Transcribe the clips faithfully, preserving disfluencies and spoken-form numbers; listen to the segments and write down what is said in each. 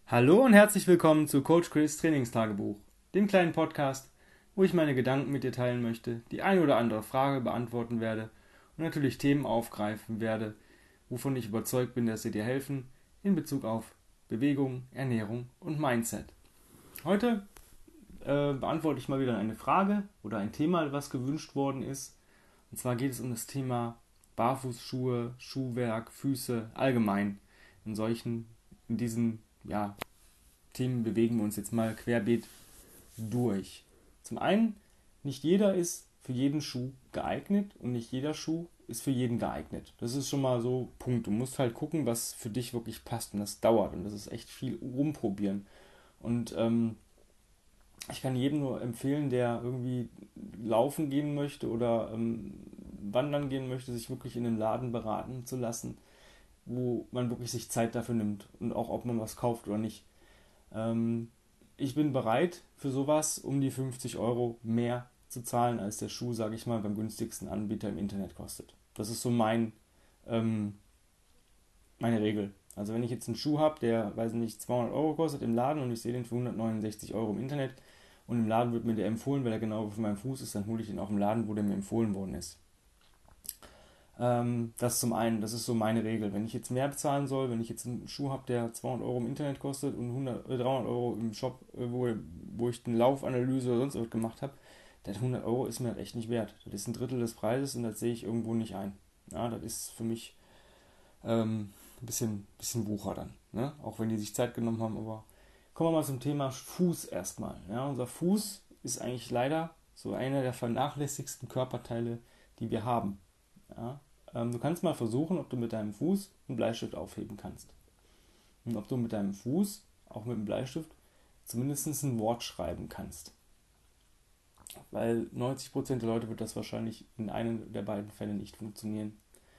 Hallo und herzlich willkommen zu Coach Chris Trainingstagebuch, dem kleinen Podcast, wo ich meine Gedanken mit dir teilen möchte, die eine oder andere Frage beantworten werde und natürlich Themen aufgreifen werde, wovon ich überzeugt bin, dass sie dir helfen in Bezug auf Bewegung, Ernährung und Mindset. Heute äh, beantworte ich mal wieder eine Frage oder ein Thema, was gewünscht worden ist. Und zwar geht es um das Thema Barfußschuhe, Schuhwerk, Füße allgemein. In solchen, in diesen ja, Themen bewegen wir uns jetzt mal querbeet durch. Zum einen, nicht jeder ist für jeden Schuh geeignet und nicht jeder Schuh ist für jeden geeignet. Das ist schon mal so Punkt. Du musst halt gucken, was für dich wirklich passt und das dauert und das ist echt viel rumprobieren. Und ähm, ich kann jedem nur empfehlen, der irgendwie laufen gehen möchte oder ähm, wandern gehen möchte, sich wirklich in einem Laden beraten zu lassen, wo man wirklich sich Zeit dafür nimmt und auch ob man was kauft oder nicht. Ähm, ich bin bereit für sowas um die fünfzig Euro mehr zu zahlen, als der Schuh, sage ich mal, beim günstigsten Anbieter im Internet kostet. Das ist so mein, ähm, meine Regel. Also wenn ich jetzt einen Schuh habe, der, weiß nicht, zweihundert Euro kostet im Laden und ich sehe den für hundertneunundsechzig Euro im Internet und im Laden wird mir der empfohlen, weil er genau für meinen Fuß ist, dann hole ich den auch im Laden, wo der mir empfohlen worden ist. Ähm, das zum einen, das ist so meine Regel. Wenn ich jetzt mehr bezahlen soll, wenn ich jetzt einen Schuh habe, der zweihundert Euro im Internet kostet und hundert, äh, dreihundert Euro im Shop, äh, wo, wo ich eine Laufanalyse oder sonst was gemacht habe, der hundert Euro ist mir halt echt nicht wert. Das ist ein Drittel des Preises und das sehe ich irgendwo nicht ein. Ja, das ist für mich ähm, ein bisschen, bisschen Wucher dann. Ne? Auch wenn die sich Zeit genommen haben, aber kommen wir mal zum Thema Fuß erstmal. Ja, unser Fuß ist eigentlich leider so einer der vernachlässigsten Körperteile, die wir haben. Ja? Ähm, du kannst mal versuchen, ob du mit deinem Fuß einen Bleistift aufheben kannst. Und ob du mit deinem Fuß, auch mit dem Bleistift, zumindest ein Wort schreiben kannst. Weil neunzig Prozent der Leute wird das wahrscheinlich in einem der beiden Fälle nicht funktionieren.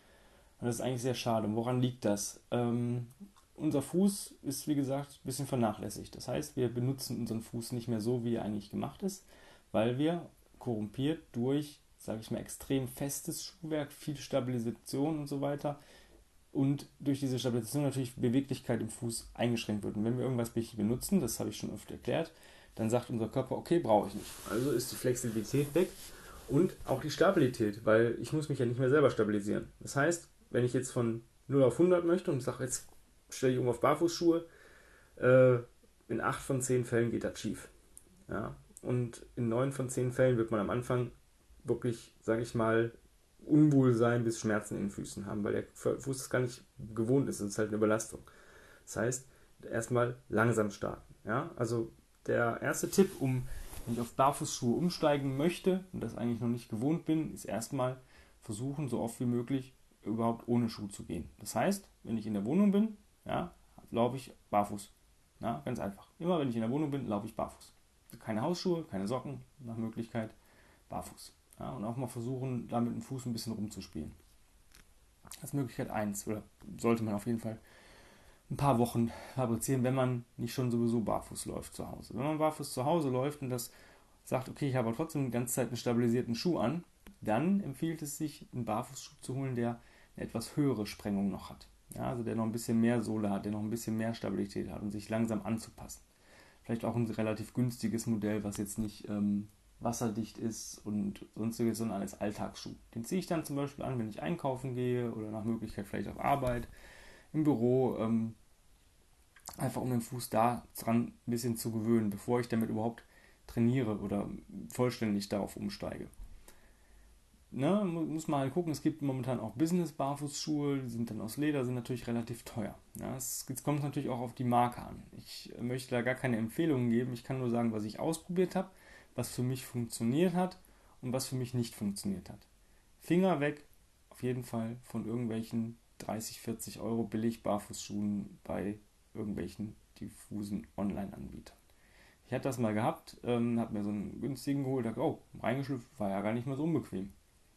Und das ist eigentlich sehr schade. Und woran liegt das? Ähm, unser Fuß ist, wie gesagt, ein bisschen vernachlässigt. Das heißt, wir benutzen unseren Fuß nicht mehr so, wie er eigentlich gemacht ist, weil wir korrumpiert durch, sage ich mal, extrem festes Schuhwerk, viel Stabilisation und so weiter und durch diese Stabilisation natürlich Beweglichkeit im Fuß eingeschränkt wird. Und wenn wir irgendwas benutzen, das habe ich schon oft erklärt, dann sagt unser Körper, okay, brauche ich nicht. Also ist die Flexibilität weg und auch die Stabilität, weil ich muss mich ja nicht mehr selber stabilisieren. Das heißt, wenn ich jetzt von null auf hundert möchte und sage, jetzt stelle ich um auf Barfußschuhe, äh, in acht von zehn Fällen geht das schief. Ja? Und in neun von zehn Fällen wird man am Anfang wirklich, sage ich mal, Unwohlsein bis Schmerzen in den Füßen haben, weil der Fuß es gar nicht gewohnt ist, es ist halt eine Überlastung. Das heißt, erstmal langsam starten. Ja? Also der erste Tipp, um wenn ich auf Barfußschuhe umsteigen möchte und das eigentlich noch nicht gewohnt bin, ist erstmal versuchen, so oft wie möglich überhaupt ohne Schuh zu gehen. Das heißt, wenn ich in der Wohnung bin, ja, laufe ich barfuß. Ja, ganz einfach. Immer wenn ich in der Wohnung bin, laufe ich barfuß. Keine Hausschuhe, keine Socken, nach Möglichkeit barfuß. Ja, und auch mal versuchen, da mit dem Fuß ein bisschen rumzuspielen. Das ist Möglichkeit eins oder sollte man auf jeden Fall ein paar Wochen fabrizieren, wenn man nicht schon sowieso barfuß läuft zu Hause. Wenn man barfuß zu Hause läuft und das sagt, okay, ich habe aber trotzdem die ganze Zeit einen stabilisierten Schuh an, dann empfiehlt es sich, einen Barfußschuh zu holen, der eine etwas höhere Sprengung noch hat. Ja, also der noch ein bisschen mehr Sohle hat, der noch ein bisschen mehr Stabilität hat und sich langsam anzupassen. Vielleicht auch ein relativ günstiges Modell, was jetzt nicht ähm, wasserdicht ist und sonstiges, sondern als Alltagsschuh. Den ziehe ich dann zum Beispiel an, wenn ich einkaufen gehe oder nach Möglichkeit vielleicht auf Arbeit, im Büro, ähm, einfach um den Fuß da dran ein bisschen zu gewöhnen, bevor ich damit überhaupt trainiere oder vollständig darauf umsteige. Ne, muss man halt gucken, es gibt momentan auch Business-Barfußschuhe, die sind dann aus Leder, sind natürlich relativ teuer. Ja, es, es kommt natürlich auch auf die Marke an. Ich möchte da gar keine Empfehlungen geben, ich kann nur sagen, was ich ausprobiert habe, was für mich funktioniert hat und was für mich nicht funktioniert hat. Finger weg, auf jeden Fall von irgendwelchen dreißig, vierzig Euro Billig-Barfußschuhen bei irgendwelchen diffusen Online-Anbietern. Ich hatte das mal gehabt, ähm, habe mir so einen günstigen geholt, dachte, oh, reingeschlüpft, war ja gar nicht mal so unbequem.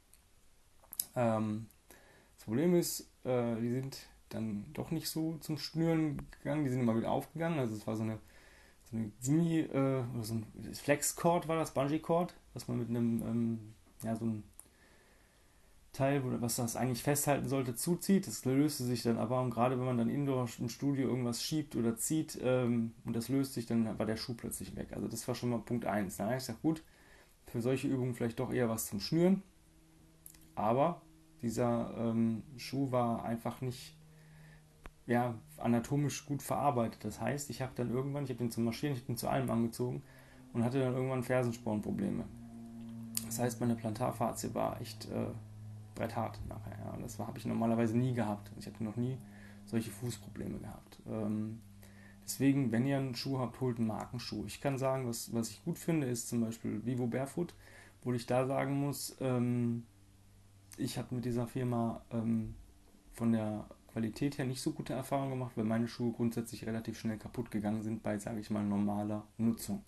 Ähm, das Problem ist, äh, die sind dann doch nicht so zum Schnüren gegangen, die sind immer wieder aufgegangen. Also es war so eine, so eine Gummi, äh, oder so ein Flexcord war das, Bungee-Cord, was man mit einem, ähm, ja, so ein Teil, wo- was das eigentlich festhalten sollte, zuzieht. Das löste sich dann aber, und gerade wenn man dann indoor im Studio irgendwas schiebt oder zieht ähm, und das löst sich, dann war der Schuh plötzlich weg. Also das war schon mal Punkt eins. Da habe ich gesagt, gut, für solche Übungen vielleicht doch eher was zum Schnüren, aber dieser ähm, Schuh war einfach nicht, ja, anatomisch gut verarbeitet. Das heißt, ich habe dann irgendwann, ich habe den zum Marschieren, ich habe den zu allem angezogen und hatte dann irgendwann Fersenspornprobleme. Das heißt, meine Plantarfaszie war echt äh, bretthart nachher. Ja. Das habe ich normalerweise nie gehabt. Ich hatte noch nie solche Fußprobleme gehabt. Ähm, deswegen, wenn ihr einen Schuh habt, holt einen Markenschuh. Ich kann sagen, was, was ich gut finde, ist zum Beispiel Vivo Barefoot, wo ich da sagen muss, ähm, ich habe mit dieser Firma ähm, von der Qualität her nicht so gute Erfahrungen gemacht, weil meine Schuhe grundsätzlich relativ schnell kaputt gegangen sind bei, sage ich mal, normaler Nutzung.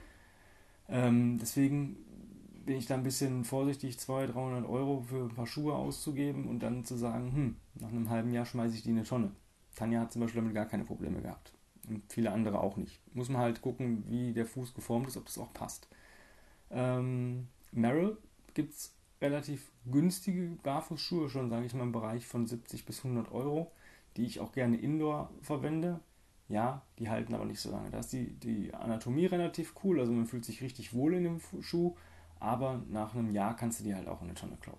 Ähm, deswegen bin ich da ein bisschen vorsichtig, zweihundert, dreihundert Euro für ein paar Schuhe auszugeben und dann zu sagen, hm, nach einem halben Jahr schmeiße ich die in eine Tonne. Tanja hat zum Beispiel damit gar keine Probleme gehabt. Und viele andere auch nicht. Muss man halt gucken, wie der Fuß geformt ist, ob das auch passt. Ähm, Merrell gibt es relativ günstige Barfußschuhe, schon sage ich mal im Bereich von siebzig bis hundert Euro, die ich auch gerne indoor verwende. Ja, die halten aber nicht so lange. Da ist die, die Anatomie relativ cool, also man fühlt sich richtig wohl in dem Schuh, aber nach einem Jahr kannst du die halt auch in eine Tonne kloppen.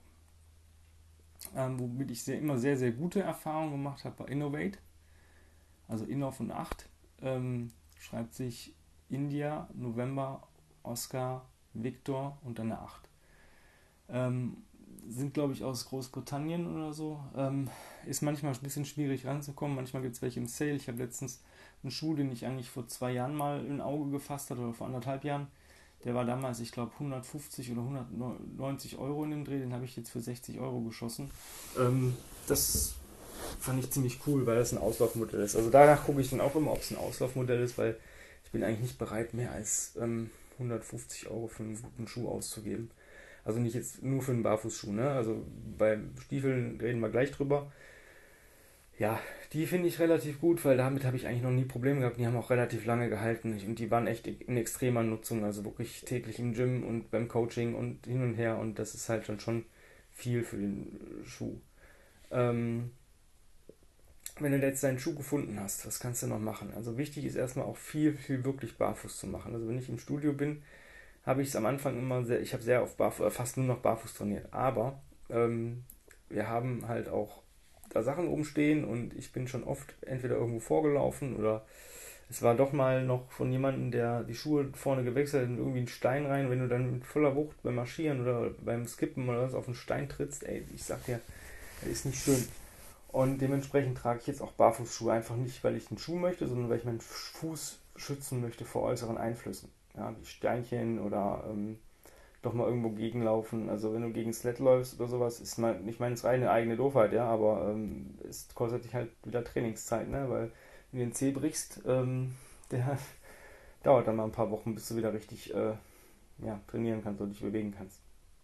Ähm, womit ich sehr, immer sehr, sehr gute Erfahrungen gemacht habe, war Innovate, also Innov und acht. Ähm, schreibt sich India, November, Oscar, Victor und dann eine acht. Ähm, sind, glaube ich, aus Großbritannien oder so. Ähm, ist manchmal ein bisschen schwierig ranzukommen. Manchmal gibt es welche im Sale. Ich habe letztens einen Schuh, den ich eigentlich vor zwei Jahren mal in Auge gefasst hatte oder vor anderthalb Jahren. Der war damals, ich glaube, hundertfünfzig oder hundertneunzig Euro in dem Dreh. Den habe ich jetzt für sechzig Euro geschossen. Ähm, das fand ich ziemlich cool, weil das ein Auslaufmodell ist. Also danach gucke ich dann auch immer, ob es ein Auslaufmodell ist, weil ich bin eigentlich nicht bereit, mehr als ähm, hundertfünfzig Euro für einen guten Schuh auszugeben. Also nicht jetzt nur für einen Barfußschuh, ne? Also bei Stiefeln reden wir gleich drüber. Ja, die finde ich relativ gut, weil damit habe ich eigentlich noch nie Probleme gehabt. Die haben auch relativ lange gehalten und die waren echt in extremer Nutzung, also wirklich täglich im Gym und beim Coaching und hin und her, und das ist halt dann schon viel für den Schuh. Ähm, wenn du jetzt deinen Schuh gefunden hast, was kannst du noch machen? Also wichtig ist erstmal auch viel, viel wirklich barfuß zu machen. Also wenn ich im Studio bin, habe ich es am Anfang immer sehr, ich habe sehr oft barfuß, fast nur noch barfuß trainiert. Aber ähm, wir haben halt auch da Sachen rumstehen und ich bin schon oft entweder irgendwo vorgelaufen oder es war doch mal noch von jemandem, der die Schuhe vorne gewechselt hat, in irgendwie einen Stein rein. Wenn du dann mit voller Wucht beim Marschieren oder beim Skippen oder was auf einen Stein trittst, ey, ich sag dir, das ist nicht schön. Und dementsprechend trage ich jetzt auch Barfußschuhe, einfach nicht, weil ich einen Schuh möchte, sondern weil ich meinen Fuß schützen möchte vor äußeren Einflüssen. Ja, wie Steinchen oder ähm, doch mal irgendwo gegenlaufen. Also wenn du gegen Sled läufst oder sowas, ist mal, ich meine, es ist reine eigene Doofheit, ja, aber ähm, es kostet dich halt wieder Trainingszeit, ne? Weil wenn du den Zeh brichst, ähm, der dauert dann mal ein paar Wochen, bis du wieder richtig äh, ja, trainieren kannst oder dich bewegen kannst.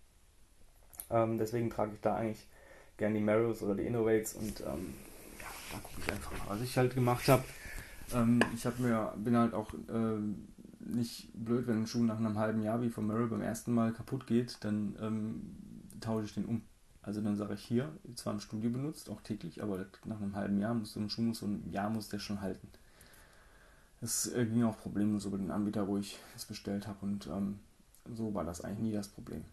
Ähm, deswegen trage ich da eigentlich gerne die Merrells oder die Innovates und ähm, ja, da gucke ich einfach mal, was ich halt gemacht habe. Ähm, ich habe mir, bin halt auch ähm, nicht blöd, wenn ein Schuh nach einem halben Jahr wie von Merrell beim ersten Mal kaputt geht, dann ähm, tausche ich den um. Also dann sage ich hier, zwar im Studio benutzt, auch täglich, aber nach einem halben Jahr muss so ein Schuh, muss so ein Jahr muss der schon halten. Das äh, ging auch problemlos über den Anbieter, wo ich es bestellt habe, und ähm, so war das eigentlich nie das Problem.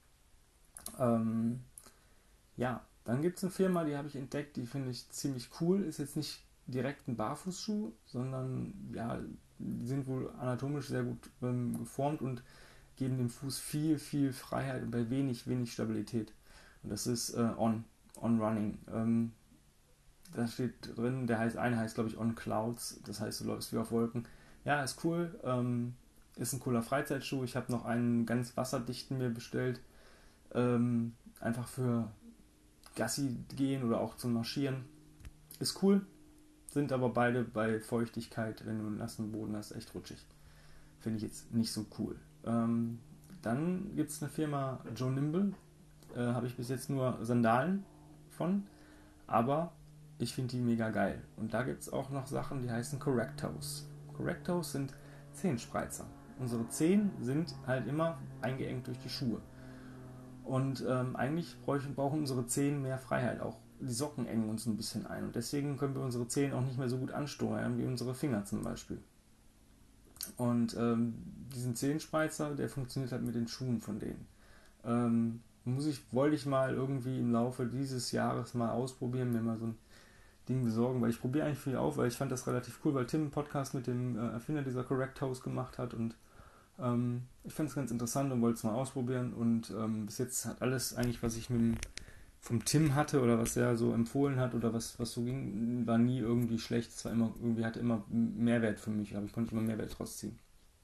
Ähm, ja, dann gibt es eine Firma, die habe ich entdeckt, die finde ich ziemlich cool. Ist jetzt nicht direkt ein Barfußschuh, sondern ja, die sind wohl anatomisch sehr gut ähm, geformt und geben dem Fuß viel, viel Freiheit und bei wenig, wenig Stabilität. Und das ist äh, On, On Running. Ähm, da steht drin, der heißt, eine heißt glaube ich On Clouds, das heißt du läufst wie auf Wolken. Ja, ist cool, ähm, ist ein cooler Freizeitschuh. Ich habe noch einen ganz wasserdichten mir bestellt, ähm, einfach für Gassi gehen oder auch zum Marschieren. Ist cool, sind aber beide bei Feuchtigkeit, wenn du einen nassen Boden hast, echt rutschig. Finde ich jetzt nicht so cool. Ähm, dann gibt es eine Firma Joe Nimble, äh, habe ich bis jetzt nur Sandalen von, aber ich finde die mega geil. Und da gibt es auch noch Sachen, die heißen Correctos. Correctos sind Zehenspreizer. Unsere Zehen sind halt immer eingeengt durch die Schuhe. Und ähm, eigentlich bräuch- brauchen unsere Zehen mehr Freiheit. Auch die Socken engen uns ein bisschen ein. Und deswegen können wir unsere Zehen auch nicht mehr so gut ansteuern wie unsere Finger zum Beispiel. Und ähm, diesen Zehenspreizer, der funktioniert halt mit den Schuhen von denen. Ähm, muss ich, wollte ich mal irgendwie im Laufe dieses Jahres mal ausprobieren, mir mal so ein Ding besorgen, weil ich probiere eigentlich viel auf, weil ich fand das relativ cool, weil Tim einen Podcast mit dem äh, Erfinder dieser Correct House gemacht hat und ähm, ich fand es ganz interessant und wollte es mal ausprobieren und ähm, bis jetzt hat alles eigentlich, was ich mit dem, vom Tim hatte oder was er so empfohlen hat oder was, was so ging, war nie irgendwie schlecht. Es war immer irgendwie, hatte immer Mehrwert für mich, aber ich konnte immer Mehrwert draus ziehen.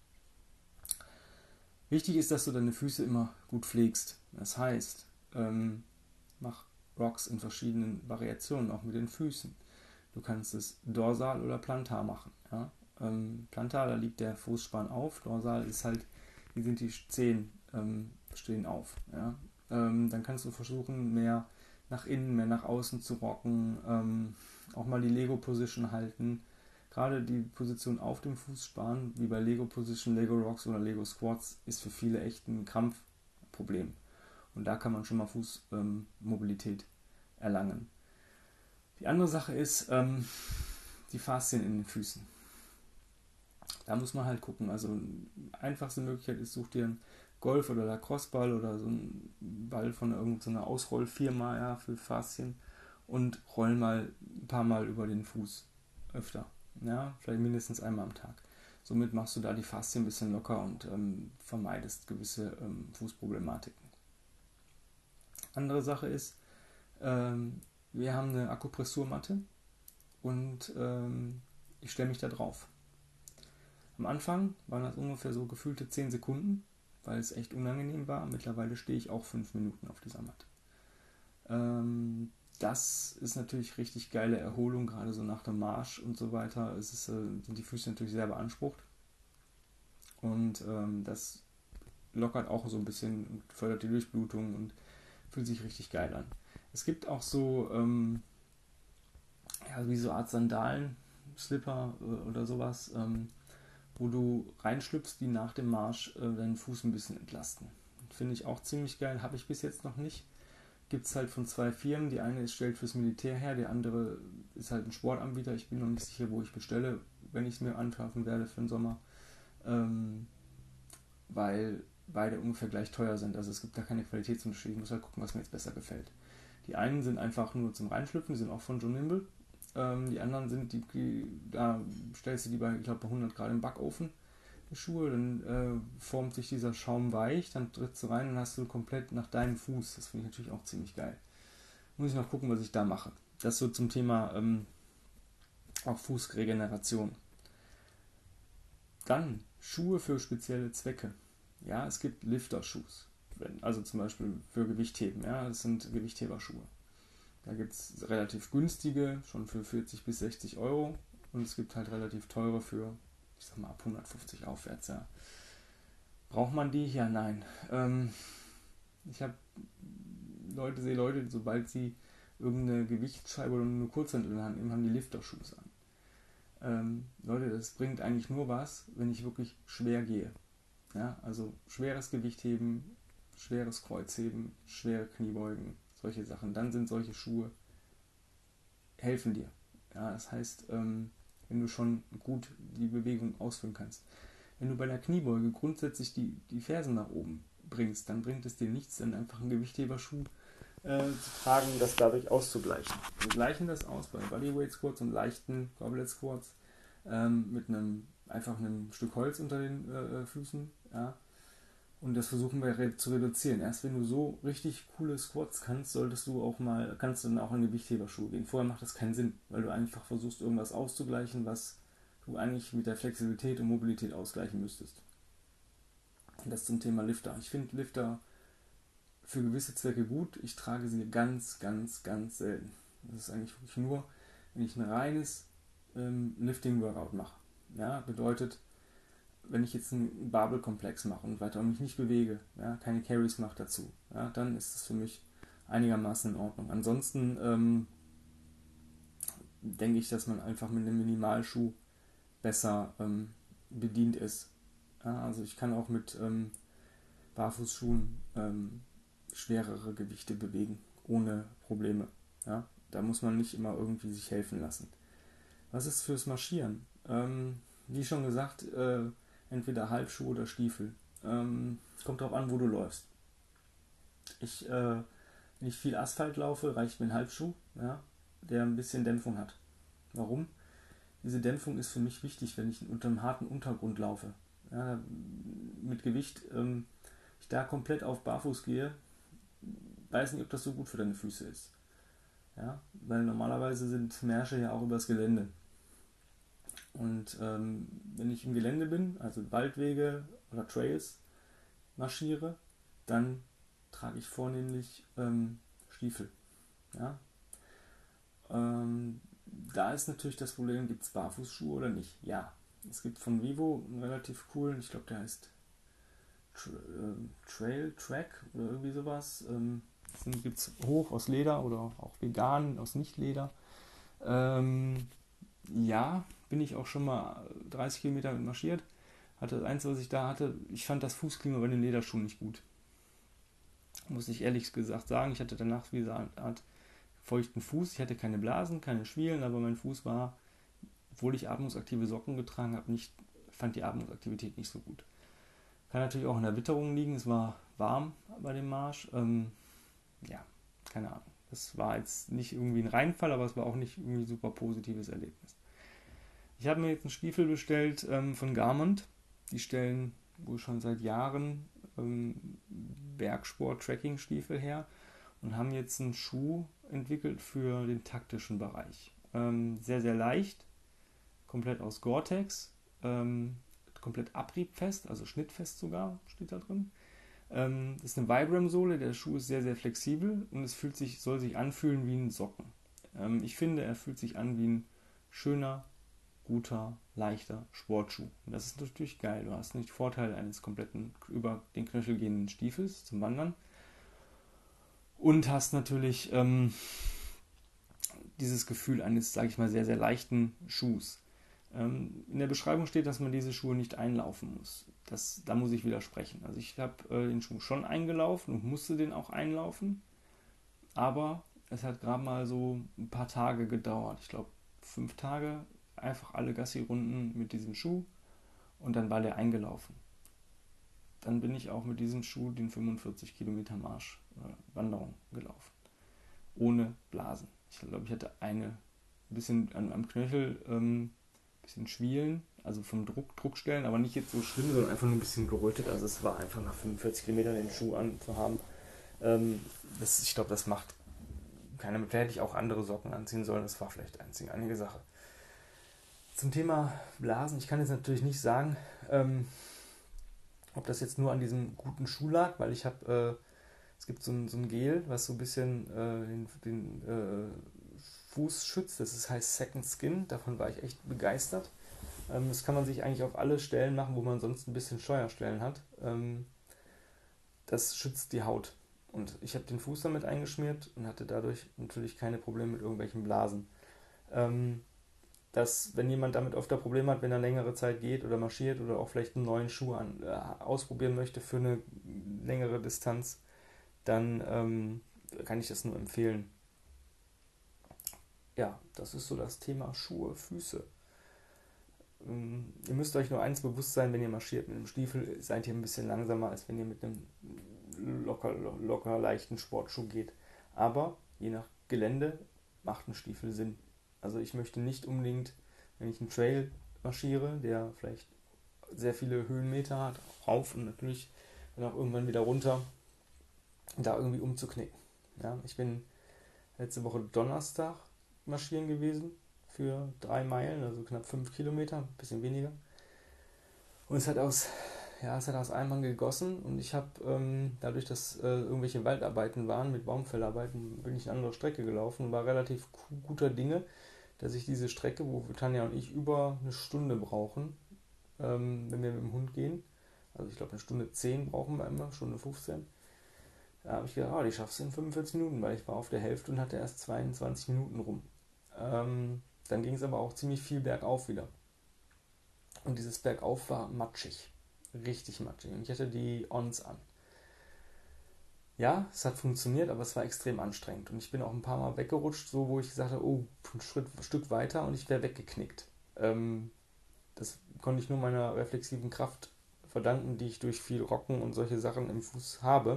Wichtig ist, dass du deine Füße immer gut pflegst. Das heißt, ähm, mach Rocks in verschiedenen Variationen, auch mit den Füßen. Du kannst es dorsal oder plantar machen. Ja? Ähm, plantar, da liegt der Fußspann auf. Dorsal ist halt, hier sind die Zehen ähm, stehen auf. Ja? Ähm, dann kannst du versuchen, mehr nach innen, mehr nach außen zu rocken. Ähm, auch mal die Lego-Position halten. Gerade die Position auf dem Fußspann, wie bei Lego-Position, Lego-Rocks oder Lego-Squats, ist für viele echt ein Krampfproblem. Und da kann man schon mal Fußmobilität ähm, erlangen. Die andere Sache ist ähm, die Faszien in den Füßen. Da muss man halt gucken. Also die einfachste Möglichkeit ist, such dir einen Golf- oder Lacrosse-Ball oder so einen Ball von irgendeiner Ausrollfirma, ja, für Faszien und roll mal ein paar Mal über den Fuß öfter. Ja, vielleicht mindestens einmal am Tag. Somit machst du da die Faszien ein bisschen locker und ähm, vermeidest gewisse ähm, Fußproblematiken. Andere Sache ist, ähm, wir haben eine Akupressurmatte und ähm, ich stelle mich da drauf. Am Anfang waren das ungefähr so gefühlte zehn Sekunden, weil es echt unangenehm war. Mittlerweile stehe ich auch fünf Minuten auf dieser Matte. Ähm, das ist natürlich richtig geile Erholung, gerade so nach dem Marsch und so weiter. Es ist, äh, sind die Füße natürlich sehr beansprucht und ähm, das lockert auch so ein bisschen und fördert die Durchblutung und fühlt sich richtig geil an. Es gibt auch so, ähm, ja, wie so Art Sandalen, Slipper äh, oder sowas, ähm, wo du reinschlüpfst, die nach dem Marsch äh, deinen Fuß ein bisschen entlasten. Finde ich auch ziemlich geil, habe ich bis jetzt noch nicht. Gibt es halt von zwei Firmen. Die eine ist stellt fürs Militär her, die andere ist halt ein Sportanbieter. Ich bin noch nicht sicher, wo ich bestelle, wenn ich es mir anschaffen werde für den Sommer. Ähm, weil beide ungefähr gleich teuer sind. Also es gibt da keine Qualitätsunterschiede. Ich muss halt gucken, was mir jetzt besser gefällt. Die einen sind einfach nur zum Reinschlüpfen, die sind auch von John Nimble. Ähm, die anderen sind, die, die, da stellst du die bei, ich glaube, bei hundert Grad im Backofen, die Schuhe, dann äh, formt sich dieser Schaum weich, dann trittst du rein und hast du komplett nach deinem Fuß. Das finde ich natürlich auch ziemlich geil. Muss ich noch gucken, was ich da mache. Das so zum Thema ähm, auch Fußregeneration. Dann Schuhe für spezielle Zwecke. Ja, es gibt Lifter-Schuhe. Also zum Beispiel für Gewichtheben. Ja, das sind Gewichtheberschuhe. Da gibt es relativ günstige, schon für vierzig bis sechzig Euro. Und es gibt halt relativ teure für, ich sag mal, ab hundertfünfzig aufwärts. Ja. Braucht man die? Ja, nein. Ähm, ich habe Leute, sehe Leute, sobald sie irgendeine Gewichtsscheibe oder eine Kurzhantel in der Hand nehmen, haben die Lifter-Schuhe an. Ähm, Leute, das bringt eigentlich nur was, wenn ich wirklich schwer gehe. Ja, also schweres Gewichtheben, schweres Kreuzheben, schwere Kniebeugen, solche Sachen. Dann sind solche Schuhe helfen dir. Ja, das heißt, ähm, wenn du schon gut die Bewegung ausführen kannst. Wenn du bei der Kniebeuge grundsätzlich die, die Fersen nach oben bringst, dann bringt es dir nichts, dann einfach einen Gewichtheberschuh äh, zu tragen, das dadurch auszugleichen. Wir gleichen das aus bei Bodyweight Squats und leichten Goblet Squats ähm, mit einem einfach einem Stück Holz unter den äh, Füßen. Ja. Und das versuchen wir re- zu reduzieren. Erst wenn du so richtig coole Squats kannst, solltest du auch mal, kannst du dann auch in Gewichtheberschuhe gehen. Vorher macht das keinen Sinn, weil du einfach versuchst, irgendwas auszugleichen, was du eigentlich mit der Flexibilität und Mobilität ausgleichen müsstest. Und das zum Thema Lifter. Ich finde Lifter für gewisse Zwecke gut. Ich trage sie ganz, ganz, ganz selten. Das ist eigentlich wirklich nur, wenn ich ein reines ähm, Lifting-Workout mache. Ja, bedeutet, wenn ich jetzt einen Barbell-Komplex mache und weiter und mich nicht bewege, ja, keine Carries mache dazu, ja, dann ist das für mich einigermaßen in Ordnung. Ansonsten ähm, denke ich, dass man einfach mit einem Minimalschuh besser ähm, bedient ist. Ja, also ich kann auch mit ähm, Barfußschuhen ähm, schwerere Gewichte bewegen, ohne Probleme. Ja? Da muss man nicht immer irgendwie sich helfen lassen. Was ist fürs Marschieren? Ähm, wie schon gesagt, äh, entweder Halbschuh oder Stiefel. Ähm, kommt drauf an, wo du läufst. Ich, äh, wenn ich viel Asphalt laufe, reicht mir ein Halbschuh, ja, der ein bisschen Dämpfung hat. Warum? Diese Dämpfung ist für mich wichtig, wenn ich unter einem harten Untergrund laufe. Ja, mit Gewicht, ähm, ich da komplett auf Barfuß gehe, weiß nicht, ob das so gut für deine Füße ist. Ja, weil normalerweise sind Märsche ja auch übers Gelände. Und ähm, wenn ich im Gelände bin, also Waldwege oder Trails marschiere, dann trage ich vornehmlich ähm, Stiefel. Ja? Ähm, da ist natürlich das Problem, gibt es Barfußschuhe oder nicht? Ja, es gibt von Vivo einen relativ coolen, ich glaube der heißt Tra äh, Trail Track oder irgendwie sowas. Ähm, gibt es hoch aus Leder oder auch vegan aus Nicht-Leder. Ähm, ja, bin ich auch schon mal dreißig Kilometer mit marschiert. Hatte das Einzige, was ich da hatte, ich fand das Fußklima bei den Lederschuhen nicht gut. Muss ich ehrlich gesagt sagen. Ich hatte danach wie eine Art feuchten Fuß. Ich hatte keine Blasen, keine Schwielen, aber mein Fuß war, obwohl ich atmungsaktive Socken getragen habe, nicht, fand die Atmungsaktivität nicht so gut. Kann natürlich auch in der Witterung liegen. Es war warm bei dem Marsch. Ähm, ja, keine Ahnung. Das war jetzt nicht irgendwie ein Reinfall, aber es war auch nicht irgendwie ein super positives Erlebnis. Ich habe mir jetzt einen Stiefel bestellt ähm, von Garment. Die stellen wohl schon seit Jahren ähm, Bergsport-Tracking-Stiefel her und haben jetzt einen Schuh entwickelt für den taktischen Bereich. Ähm, sehr, sehr leicht, komplett aus Gore-Tex, ähm, komplett abriebfest, also schnittfest sogar, steht da drin. Ähm, das ist eine Vibram-Sohle, der Schuh ist sehr, sehr flexibel und es fühlt sich, soll sich anfühlen wie ein Socken. Ähm, ich finde, er fühlt sich an wie ein schöner, guter, leichter Sportschuh. Und das ist natürlich geil. Du hast nicht die Vorteile eines kompletten über den Knöchel gehenden Stiefels zum Wandern und hast natürlich ähm, dieses Gefühl eines, sage ich mal, sehr, sehr leichten Schuhs. Ähm, in der Beschreibung steht, dass man diese Schuhe nicht einlaufen muss. Das, da muss ich widersprechen. Also ich habe äh, den Schuh schon eingelaufen und musste den auch einlaufen, aber es hat gerade mal so ein paar Tage gedauert. Ich glaube, fünf Tage, einfach alle Gassi-Runden mit diesem Schuh und dann war der eingelaufen. Dann bin ich auch mit diesem Schuh den fünfundvierzig Kilometer Marsch, äh, Wanderung gelaufen. Ohne Blasen. Ich glaube, ich hatte eine bisschen an, am Knöchel ähm, bisschen Schwielen, also vom Druck, Druckstellen, aber nicht jetzt so schlimm, sondern einfach nur ein bisschen gerötet. Also es war einfach nach fünfundvierzig Kilometern den Schuh anzuhaben. Ähm, das, ich glaube, das macht keiner mit. Hätte ich auch andere Socken anziehen sollen. Das war vielleicht die einzige, einige Sache. Zum Thema Blasen, ich kann jetzt natürlich nicht sagen, ähm, ob das jetzt nur an diesem guten Schuh lag, weil ich habe, äh, es gibt so ein, so ein Gel, was so ein bisschen äh, den, den äh, Fuß schützt. Das ist, heißt Second Skin. Davon war ich echt begeistert. Ähm, das kann man sich eigentlich auf alle Stellen machen, wo man sonst ein bisschen Scheuerstellen hat. Ähm, das schützt die Haut. Und ich habe den Fuß damit eingeschmiert und hatte dadurch natürlich keine Probleme mit irgendwelchen Blasen. Ähm, dass, wenn jemand damit öfter Probleme hat, wenn er längere Zeit geht oder marschiert oder auch vielleicht einen neuen Schuh an, äh, ausprobieren möchte für eine längere Distanz, dann ähm, kann ich das nur empfehlen. Ja, das ist so das Thema Schuhe, Füße. Ähm, ihr müsst euch nur eins bewusst sein, wenn ihr marschiert mit einem Stiefel, seid ihr ein bisschen langsamer, als wenn ihr mit einem locker, locker leichten Sportschuh geht. Aber je nach Gelände macht ein Stiefel Sinn. Also ich möchte nicht unbedingt, wenn ich einen Trail marschiere, der vielleicht sehr viele Höhenmeter hat, rauf und natürlich dann auch irgendwann wieder runter, da irgendwie umzuknicken. Ja, ich bin letzte Woche Donnerstag marschieren gewesen für drei Meilen, also knapp fünf Kilometer, ein bisschen weniger. Und es hat aus, ja, es hat aus Eimern gegossen und ich habe ähm, dadurch, dass äh, irgendwelche Waldarbeiten waren, mit Baumfellarbeiten, bin ich eine andere Strecke gelaufen und war relativ guter Dinge, dass ich diese Strecke, wo Tanja und ich über eine Stunde brauchen, ähm, wenn wir mit dem Hund gehen, also ich glaube eine Stunde zehn brauchen wir immer, Stunde fünfzehn, da habe ich gedacht, oh, die schaffst du in fünfundvierzig Minuten, weil ich war auf der Hälfte und hatte erst zweiundzwanzig Minuten rum. Ähm, dann ging es aber auch ziemlich viel bergauf wieder. Und dieses Bergauf war matschig. Richtig matschig. Und ich hatte die Ons an. Ja, es hat funktioniert, aber es war extrem anstrengend. Und ich bin auch ein paar Mal weggerutscht, so wo ich gesagt habe, oh, ein Schritt, ein Stück weiter und ich wäre weggeknickt. Ähm, das konnte ich nur meiner reflexiven Kraft verdanken, die ich durch viel Rocken und solche Sachen im Fuß habe.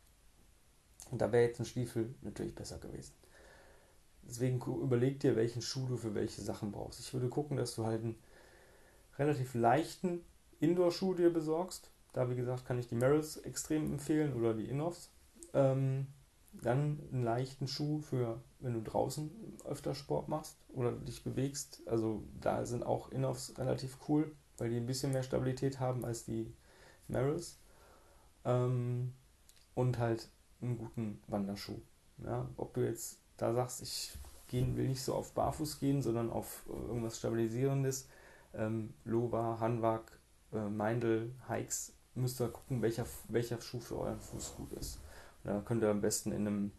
Und da wäre jetzt ein Stiefel natürlich besser gewesen. Deswegen überleg dir, welchen Schuh du für welche Sachen brauchst. Ich würde gucken, dass du halt einen relativ leichten Indoor-Schuh dir besorgst. Da, wie gesagt, kann ich die Merrells extrem empfehlen oder die Innoffs. Ähm, dann einen leichten Schuh für, wenn du draußen öfter Sport machst oder dich bewegst. Also da sind auch Innoffs relativ cool, weil die ein bisschen mehr Stabilität haben als die Merrells. Ähm, und halt einen guten Wanderschuh. Ja, ob du jetzt da sagst, ich gehen, will nicht so auf Barfuß gehen, sondern auf äh, irgendwas Stabilisierendes. Ähm, Lova, Hanwag, äh, Meindl, Hikes, müsst ihr gucken, welcher, welcher Schuh für euren Fuß gut ist. Und da könnt ihr am besten in einem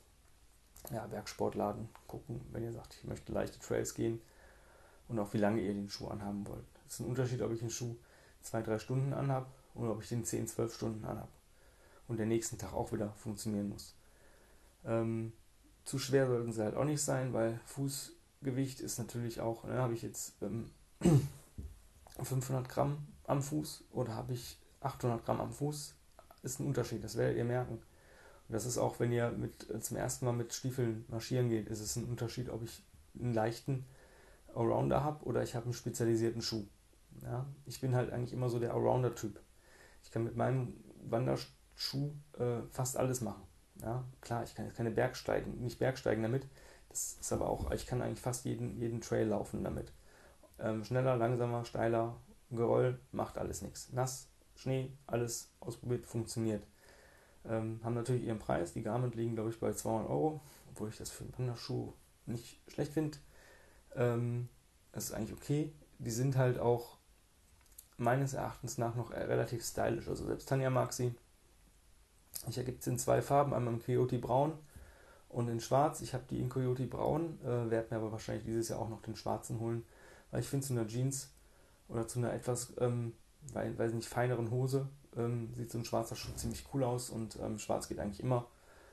ja, Werksportladen gucken, wenn ihr sagt, ich möchte leichte Trails gehen und auch wie lange ihr den Schuh anhaben wollt. Es ist ein Unterschied, ob ich einen Schuh zwei drei Stunden anhab oder ob ich den zehn zwölf Stunden anhab und der nächsten Tag auch wieder funktionieren muss. Ähm, zu schwer sollten sie halt auch nicht sein, weil Fußgewicht ist natürlich auch, ne, habe ich jetzt ähm, fünfhundert Gramm am Fuß oder habe ich achthundert Gramm am Fuß, ist ein Unterschied, das werdet ihr merken. Und das ist auch, wenn ihr mit, äh, zum ersten Mal mit Stiefeln marschieren geht, ist es ein Unterschied, ob ich einen leichten Allrounder habe oder ich habe einen spezialisierten Schuh. Ja? Ich bin halt eigentlich immer so der Allrounder-Typ. Ich kann mit meinem Wanderschuh äh, fast alles machen. Ja, klar, ich kann jetzt keine Bergsteigen, nicht Bergsteigen damit. Das ist aber auch, ich kann eigentlich fast jeden, jeden Trail laufen damit. Ähm, schneller, langsamer, steiler, Geröll, macht alles nichts. Nass, Schnee, alles ausprobiert, funktioniert. Ähm, haben natürlich ihren Preis. Die Garment liegen, glaube ich, bei zweihundert Euro, obwohl ich das für einen Wanderschuh nicht schlecht finde. Ähm, das ist eigentlich okay. Die sind halt auch meines Erachtens nach noch relativ stylisch. Also selbst Tanja mag sie. Ich gibt es in zwei Farben, einmal in Coyote Braun und in Schwarz. Ich habe die in Coyote Braun, äh, werde mir aber wahrscheinlich dieses Jahr auch noch den schwarzen holen, weil ich finde, zu einer Jeans oder zu einer etwas, ähm, weil, weiß nicht, feineren Hose ähm, sieht so ein schwarzer Schuh ziemlich cool aus und ähm, schwarz geht eigentlich immer.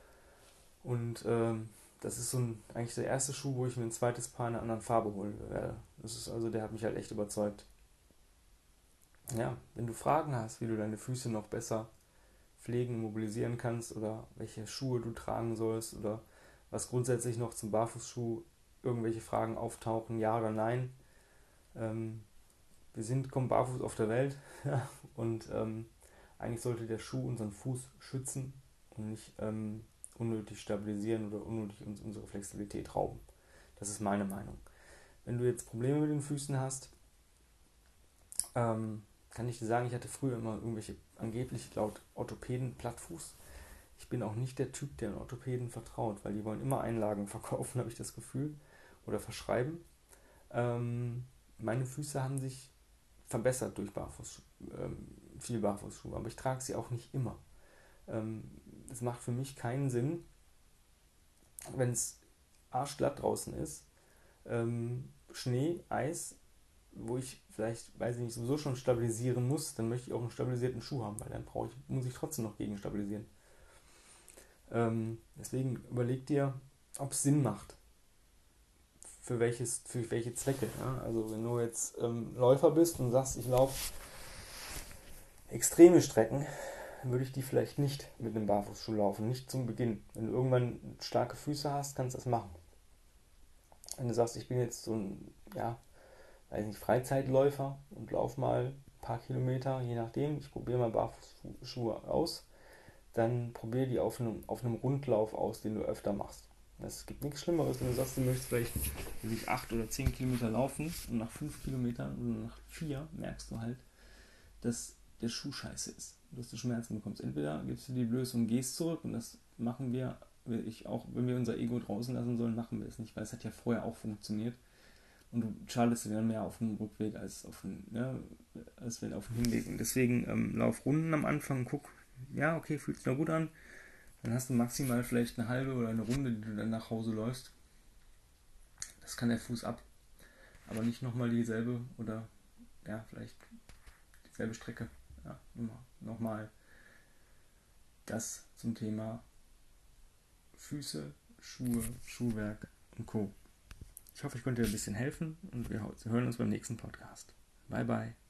Und ähm, das ist so ein, eigentlich der erste Schuh, wo ich mir ein zweites Paar in einer anderen Farbe holen werde. Das ist also, der hat mich halt echt überzeugt. Ja, wenn du Fragen hast, wie du deine Füße noch besser pflegen, mobilisieren kannst oder welche Schuhe du tragen sollst oder was grundsätzlich noch zum Barfußschuh irgendwelche Fragen auftauchen, ja oder nein. Ähm, wir sind kommen barfuß auf der Welt ja, und ähm, eigentlich sollte der Schuh unseren Fuß schützen und nicht ähm, unnötig stabilisieren oder unnötig uns unsere Flexibilität rauben. Das ist meine Meinung. Wenn du jetzt Probleme mit den Füßen hast, ähm, kann ich dir sagen, ich hatte früher immer irgendwelche angeblich laut Orthopäden Plattfuß. Ich bin auch nicht der Typ, der den Orthopäden vertraut, weil die wollen immer Einlagen verkaufen, habe ich das Gefühl, oder verschreiben. Ähm, meine Füße haben sich verbessert durch Barfuß, ähm, viel Barfußschuhe, aber ich trage sie auch nicht immer. Ähm, es macht für mich keinen Sinn, wenn es arschglatt draußen ist, ähm, Schnee, Eis, wo ich vielleicht, weiß ich nicht, sowieso schon stabilisieren muss, dann möchte ich auch einen stabilisierten Schuh haben, weil dann brauche ich, muss ich trotzdem noch gegen stabilisieren. Ähm, deswegen überleg dir, ob es Sinn macht, für, welches, für welche Zwecke. Ja? Also wenn du jetzt ähm, Läufer bist und sagst, ich laufe extreme Strecken, dann würde ich die vielleicht nicht mit einem Barfußschuh laufen, nicht zum Beginn. Wenn du irgendwann starke Füße hast, kannst du das machen. Wenn du sagst, ich bin jetzt so ein, ja, weiß nicht, Freizeitläufer und laufe mal ein paar Kilometer, je nachdem, ich probiere mal Barfußschuhe aus, dann probiere die auf einem, auf einem Rundlauf aus, den du öfter machst. Es gibt nichts Schlimmeres, wenn du sagst, du möchtest vielleicht sich acht oder zehn Kilometer laufen und nach fünf Kilometern oder nach vier merkst du halt, dass der Schuh scheiße ist, dass du Schmerzen bekommst. Entweder gibst du die Blöße und gehst zurück und das machen wir, ich auch, wenn wir unser Ego draußen lassen sollen, machen wir es nicht, weil es hat ja vorher auch funktioniert und du schadest dir dann mehr auf dem Rückweg als auf dem, ja, als wenn auf dem Hinweg. Und deswegen ähm, lauf Runden am Anfang, guck, ja, okay, fühlt sich noch gut an. Dann hast du maximal vielleicht eine halbe oder eine Runde, die du dann nach Hause läufst. Das kann der Fuß ab, aber nicht nochmal dieselbe oder ja, vielleicht dieselbe Strecke. Ja, nochmal. Das zum Thema Füße, Schuhe, Schuhwerk und Co. Ich hoffe, ich konnte dir ein bisschen helfen und wir hören uns beim nächsten Podcast. Bye bye.